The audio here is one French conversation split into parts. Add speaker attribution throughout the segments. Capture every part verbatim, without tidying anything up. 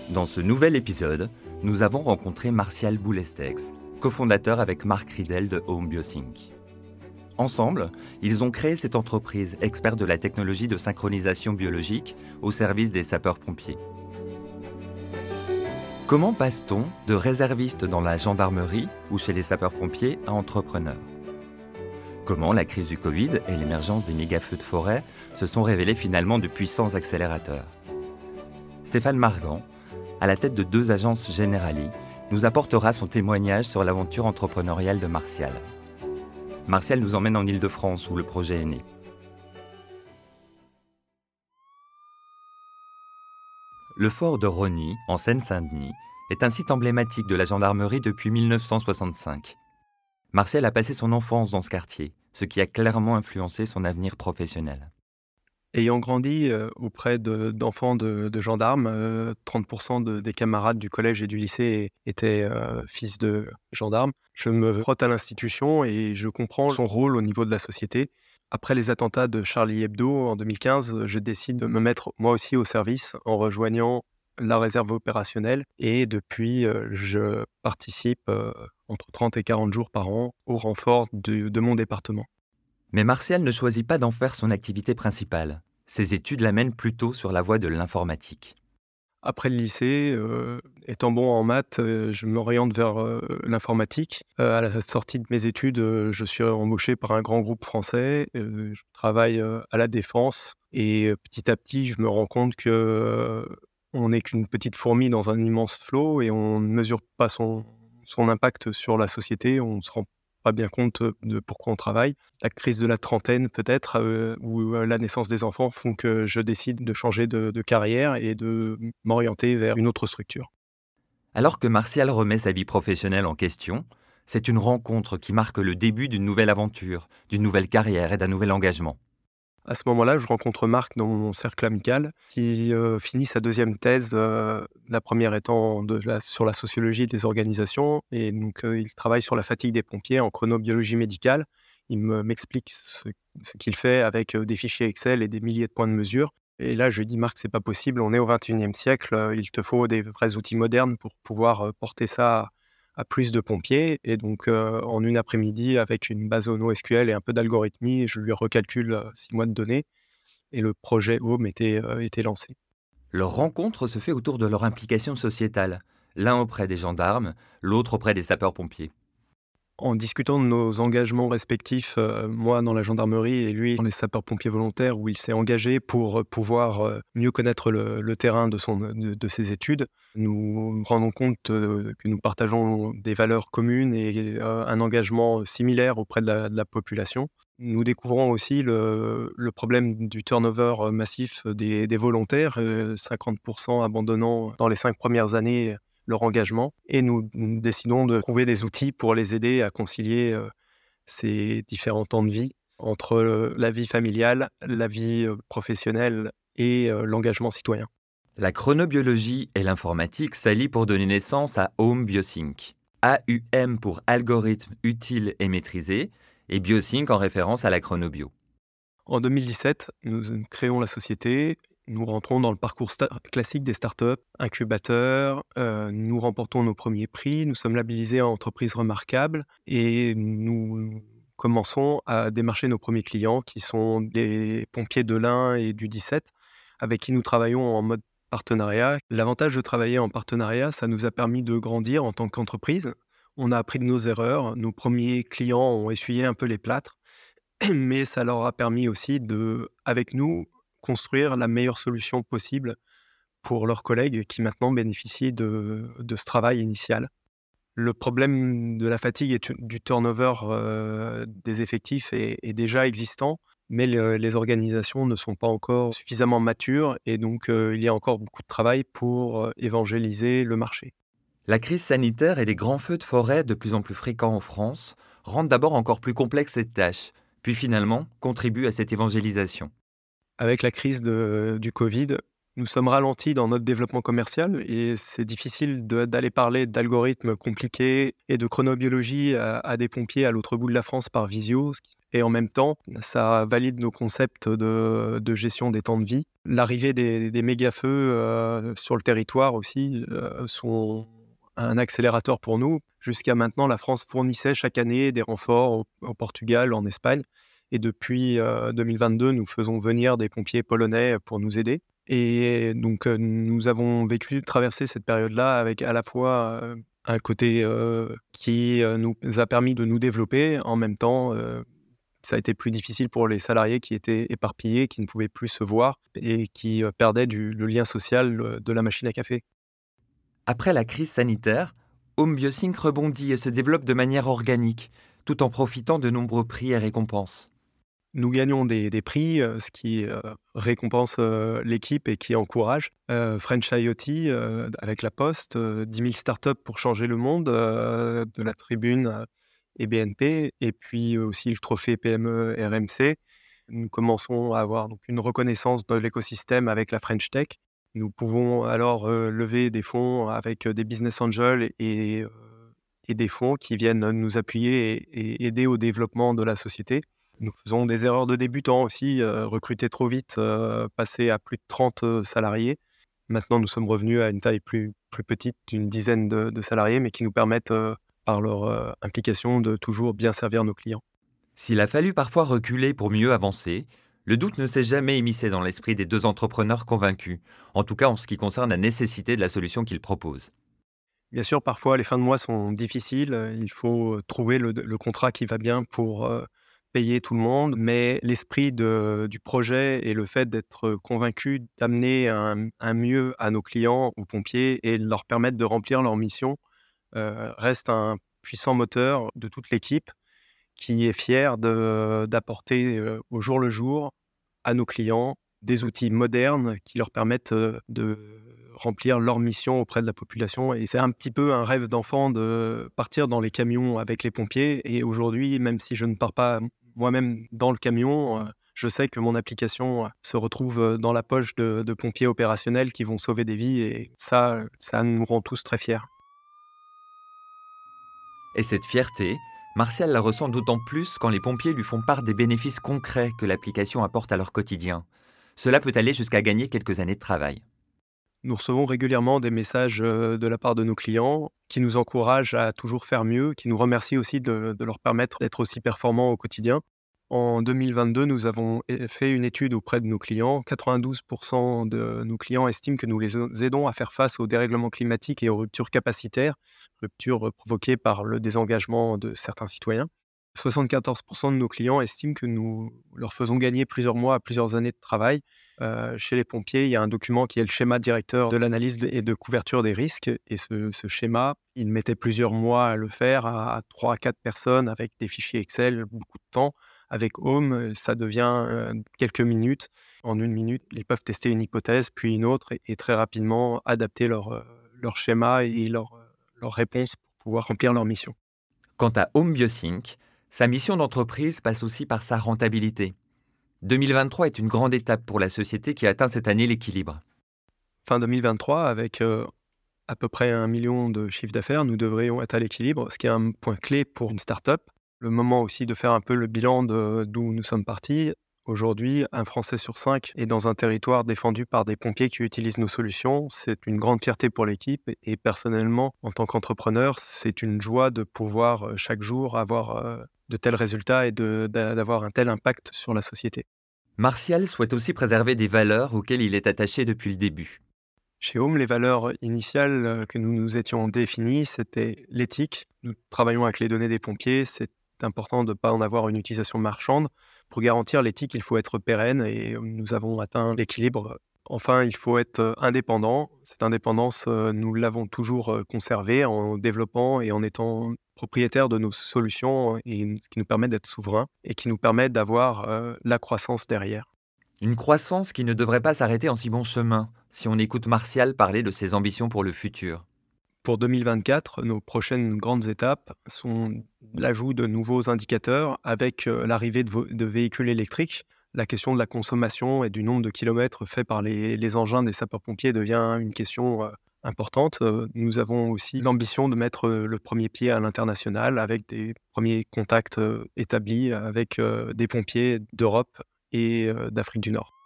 Speaker 1: Dans ce nouvel épisode, nous avons rencontré Martial Boulestex, cofondateur avec Marc Ridel de Home Biosync. Ensemble, ils ont créé cette entreprise experte de la technologie de synchronisation biologique au service des sapeurs-pompiers. Comment passe-t-on de réserviste dans la gendarmerie ou chez les sapeurs-pompiers à entrepreneur ? Comment la crise du Covid et l'émergence des méga-feux de forêt se sont révélés finalement de puissants accélérateurs ? Stéphane Margan, à la tête de deux agences Generali, nous apportera son témoignage sur l'aventure entrepreneuriale de Martial. Martial nous emmène en Île-de-France où le projet est né. Le fort de Rosny, en Seine-Saint-Denis, est un site emblématique de la gendarmerie depuis mille neuf cent soixante-cinq. Martial a passé son enfance dans ce quartier, ce qui a clairement influencé son avenir professionnel.
Speaker 2: Ayant grandi euh, auprès de, d'enfants de, de gendarmes, euh, trente pour cent de, des camarades du collège et du lycée étaient euh, fils de gendarmes. Je me frotte à l'institution et je comprends son rôle au niveau de la société. Après les attentats de Charlie Hebdo en deux mille quinze, je décide de me mettre moi aussi au service en rejoignant la réserve opérationnelle et depuis, euh, je participe euh, entre trente et quarante jours par an au renfort de, de mon département.
Speaker 1: Mais Martial ne choisit pas d'en faire son activité principale. Ses études l'amènent plutôt sur la voie de l'informatique.
Speaker 2: Après le lycée, euh, étant bon en maths, euh, je m'oriente vers euh, l'informatique. Euh, à la sortie de mes études, euh, je suis embauché par un grand groupe français. Euh, je travaille euh, à la Défense et euh, petit à petit, je me rends compte que euh, on n'est qu'une petite fourmi dans un immense flot et on ne mesure pas son, son impact sur la société. On se rend pas bien compte de pourquoi on travaille. La crise de la trentaine peut-être, euh, ou la naissance des enfants font que je décide de changer de, de carrière et de m'orienter vers une autre structure.
Speaker 1: Alors que Martial remet sa vie professionnelle en question, c'est une rencontre qui marque le début d'une nouvelle aventure, d'une nouvelle carrière et d'un nouvel engagement.
Speaker 2: À ce moment-là, je rencontre Marc dans mon cercle amical, qui euh, finit sa deuxième thèse, euh, la première étant de la, sur la sociologie des organisations, et donc euh, il travaille sur la fatigue des pompiers en chronobiologie médicale. Il me, m'explique ce, ce qu'il fait avec euh, des fichiers Excel et des milliers de points de mesure. Et là, je lui dis, Marc, c'est pas possible, on est au vingt et unième siècle, euh, il te faut des vrais outils modernes pour pouvoir euh, porter ça à plus de pompiers. Et donc, euh, en une après-midi, avec une base NoSQL et un peu d'algorithmie, je lui recalcule euh, six mois de données et le projet Home était, euh, était lancé.
Speaker 1: Leur rencontre se fait autour de leur implication sociétale, l'un auprès des gendarmes, l'autre auprès des sapeurs-pompiers.
Speaker 2: En discutant de nos engagements respectifs, euh, moi dans la gendarmerie et lui dans les sapeurs-pompiers volontaires, où il s'est engagé pour pouvoir euh, mieux connaître le, le terrain de, son, de, de ses études, nous nous rendons compte euh, que nous partageons des valeurs communes et euh, un engagement similaire auprès de la, de la population. Nous découvrons aussi le, le problème du turnover massif des, des volontaires, euh, cinquante pour cent abandonnant dans les cinq premières années leur engagement, et nous, nous décidons de trouver des outils pour les aider à concilier euh, ces différents temps de vie entre euh, la vie familiale, la vie euh, professionnelle et euh, l'engagement citoyen.
Speaker 1: La chronobiologie et l'informatique s'allient pour donner naissance à Home Biosync. A U M pour algorithme utile et maîtrisé, et Biosync en référence à la chronobio.
Speaker 2: En deux mille dix-sept, nous créons la société. Nous rentrons dans le parcours sta- classique des startups, incubateurs, euh, nous remportons nos premiers prix, nous sommes labellisés en entreprise remarquable et nous commençons à démarcher nos premiers clients qui sont les pompiers de l'Ain et du dix-sept avec qui nous travaillons en mode partenariat. L'avantage de travailler en partenariat, ça nous a permis de grandir en tant qu'entreprise. On a appris de nos erreurs, nos premiers clients ont essuyé un peu les plâtres, mais ça leur a permis aussi de, avec nous, construire la meilleure solution possible pour leurs collègues qui maintenant bénéficient de, de ce travail initial. Le problème de la fatigue et tu- du turnover euh, des effectifs est, est déjà existant, mais le- les organisations ne sont pas encore suffisamment matures et donc euh, il y a encore beaucoup de travail pour euh, évangéliser le marché.
Speaker 1: La crise sanitaire et les grands feux de forêt de plus en plus fréquents en France rendent d'abord encore plus complexe cette tâche, puis finalement contribuent à cette évangélisation.
Speaker 2: Avec la crise de- du Covid, nous sommes ralentis dans notre développement commercial et c'est difficile de- d'aller parler d'algorithmes compliqués et de chronobiologie à, à des pompiers à l'autre bout de la France par visio. Et en même temps, ça valide nos concepts de, de gestion des temps de vie. L'arrivée des, des méga-feux euh, sur le territoire aussi euh, sont un accélérateur pour nous. Jusqu'à maintenant, la France fournissait chaque année des renforts au, au Portugal, en Espagne. Et depuis euh, deux mille vingt-deux, nous faisons venir des pompiers polonais pour nous aider. Et donc, euh, nous avons vécu, traversé cette période-là avec à la fois euh, un côté euh, qui euh, nous a permis de nous développer, en même temps... Euh, ça a été plus difficile pour les salariés qui étaient éparpillés, qui ne pouvaient plus se voir et qui euh, perdaient du, le lien social euh, de la machine à café.
Speaker 1: Après la crise sanitaire, Home Biosync rebondit et se développe de manière organique, tout en profitant de nombreux prix et récompenses.
Speaker 2: Nous gagnons des, des prix, euh, ce qui euh, récompense euh, l'équipe et qui encourage. Euh, French IoT euh, avec La Poste, euh, dix mille startups pour changer le monde, euh, de la Tribune euh, et B N P, et puis aussi le trophée P M E R M C. Nous commençons à avoir donc une reconnaissance de l'écosystème avec la French Tech. Nous pouvons alors euh, lever des fonds avec des business angels et, euh, et des fonds qui viennent nous appuyer et, et aider au développement de la société. Nous faisons des erreurs de débutants aussi, euh, recruter trop vite, euh, passer à plus de trente salariés. Maintenant, nous sommes revenus à une taille plus, plus petite, d'une dizaine de, de salariés, mais qui nous permettent, euh, par leur euh, implication, de toujours bien servir nos clients.
Speaker 1: S'il a fallu parfois reculer pour mieux avancer, le doute ne s'est jamais émissé dans l'esprit des deux entrepreneurs convaincus, en tout cas en ce qui concerne la nécessité de la solution qu'ils proposent.
Speaker 2: Bien sûr, parfois, les fins de mois sont difficiles. Il faut trouver le, le contrat qui va bien pour euh, payer tout le monde. Mais l'esprit de, du projet et le fait d'être convaincu d'amener un, un mieux à nos clients, aux pompiers, et de leur permettre de remplir leur mission, euh, reste un puissant moteur de toute l'équipe qui est fière de, d'apporter euh, au jour le jour à nos clients des outils modernes qui leur permettent euh, de remplir leur mission auprès de la population. Et c'est un petit peu un rêve d'enfant de partir dans les camions avec les pompiers. Et aujourd'hui, même si je ne pars pas moi-même dans le camion, euh, je sais que mon application se retrouve dans la poche de, de pompiers opérationnels qui vont sauver des vies. Et ça, ça nous rend tous très fiers.
Speaker 1: Et cette fierté, Martial la ressent d'autant plus quand les pompiers lui font part des bénéfices concrets que l'application apporte à leur quotidien. Cela peut aller jusqu'à gagner quelques années de travail.
Speaker 2: Nous recevons régulièrement des messages de la part de nos clients qui nous encouragent à toujours faire mieux, qui nous remercient aussi de, de leur permettre d'être aussi performants au quotidien. En deux mille vingt-deux, nous avons fait une étude auprès de nos clients. quatre-vingt-douze pour cent de nos clients estiment que nous les aidons à faire face aux dérèglements climatiques et aux ruptures capacitaires, ruptures provoquées par le désengagement de certains citoyens. soixante-quatorze pour cent de nos clients estiment que nous leur faisons gagner plusieurs mois à plusieurs années de travail. Euh, chez les pompiers, il y a un document qui est le schéma directeur de l'analyse et de couverture des risques. Et ce, ce schéma, il mettait plusieurs mois à le faire, à trois à quatre personnes avec des fichiers Excel, beaucoup de temps. Avec Home, ça devient euh, quelques minutes. En une minute, ils peuvent tester une hypothèse, puis une autre, et, et très rapidement adapter leur, euh, leur schéma et leur, euh, leur réponse pour pouvoir remplir leur mission.
Speaker 1: Quant à Home Biosync, sa mission d'entreprise passe aussi par sa rentabilité. deux mille vingt-trois est une grande étape pour la société qui atteint cette année l'équilibre.
Speaker 2: Fin deux mille vingt-trois, avec euh, à peu près un million de chiffre d'affaires, nous devrions être à l'équilibre, ce qui est un point clé pour une start-up. Le moment aussi de faire un peu le bilan de, d'où nous sommes partis. Aujourd'hui, un Français sur cinq est dans un territoire défendu par des pompiers qui utilisent nos solutions. C'est une grande fierté pour l'équipe et personnellement, en tant qu'entrepreneur, c'est une joie de pouvoir chaque jour avoir euh, de tels résultats et de, d'avoir un tel impact sur la société.
Speaker 1: Martial souhaite aussi préserver des valeurs auxquelles il est attaché depuis le début.
Speaker 2: Chez Home, les valeurs initiales que nous nous étions définies, c'était l'éthique. Nous travaillons avec les données des pompiers, c'est important de ne pas en avoir une utilisation marchande. Pour garantir l'éthique, il faut être pérenne et nous avons atteint l'équilibre. Enfin, il faut être indépendant. Cette indépendance, nous l'avons toujours conservée en développant et en étant propriétaire de nos solutions, et ce qui nous permet d'être souverains et qui nous permet d'avoir la croissance derrière.
Speaker 1: Une croissance qui ne devrait pas s'arrêter en si bon chemin, si on écoute Martial parler de ses ambitions pour le futur.
Speaker 2: Pour deux mille vingt-quatre, nos prochaines grandes étapes sont l'ajout de nouveaux indicateurs avec l'arrivée de, vo- de véhicules électriques. La question de la consommation et du nombre de kilomètres faits par les, les engins des sapeurs-pompiers devient une question importante. Euh, Nous avons aussi l'ambition de mettre euh, le premier pied à l'international avec des premiers contacts euh, établis avec euh, des pompiers d'Europe et euh, d'Afrique du Nord.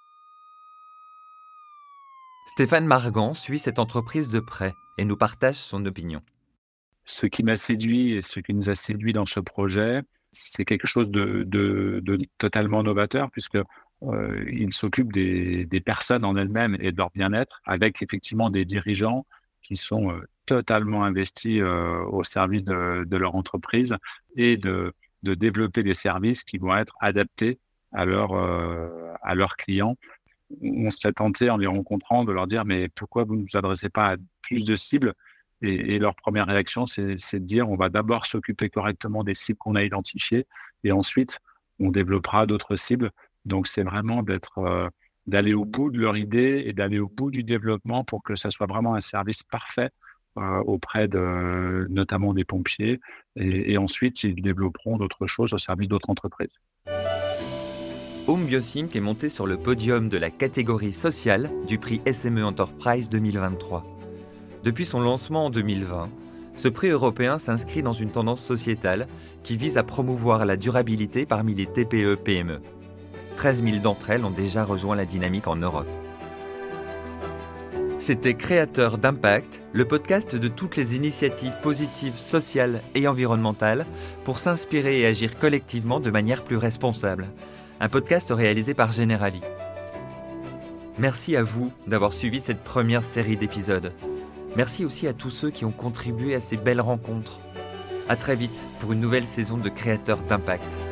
Speaker 1: Stéphane Margan suit cette entreprise de près et nous partage son opinion.
Speaker 3: Ce qui m'a séduit et ce qui nous a séduit dans ce projet, c'est quelque chose de, de, de totalement novateur puisque euh, il s'occupe des, des personnes en elles-mêmes et de leur bien-être avec effectivement des dirigeants qui sont euh, totalement investis euh, au service de, de leur entreprise et de, de développer des services qui vont être adaptés à, leur, euh, à leurs clients. On se fait tenter en les rencontrant de leur dire mais pourquoi vous ne vous adressez pas à plus de cibles? Et, et leur première réaction, c'est, c'est de dire on va d'abord s'occuper correctement des cibles qu'on a identifiées et ensuite on développera d'autres cibles. Donc c'est vraiment d'être, euh, d'aller au bout de leur idée et d'aller au bout du développement pour que ça soit vraiment un service parfait euh, auprès de notamment des pompiers. Et, et ensuite, ils développeront d'autres choses au service d'autres entreprises.
Speaker 1: Home Biosync est monté sur le podium de la catégorie sociale du prix S M E Enterprise deux mille vingt-trois. Depuis son lancement en deux mille vingt, ce prix européen s'inscrit dans une tendance sociétale qui vise à promouvoir la durabilité parmi les T P E P M E. treize mille d'entre elles ont déjà rejoint la dynamique en Europe. C'était Créateurs d'impact, le podcast de toutes les initiatives positives, sociales et environnementales pour s'inspirer et agir collectivement de manière plus responsable. Un podcast réalisé par Generali. Merci à vous d'avoir suivi cette première série d'épisodes. Merci aussi à tous ceux qui ont contribué à ces belles rencontres. À très vite pour une nouvelle saison de Créateurs d'impact.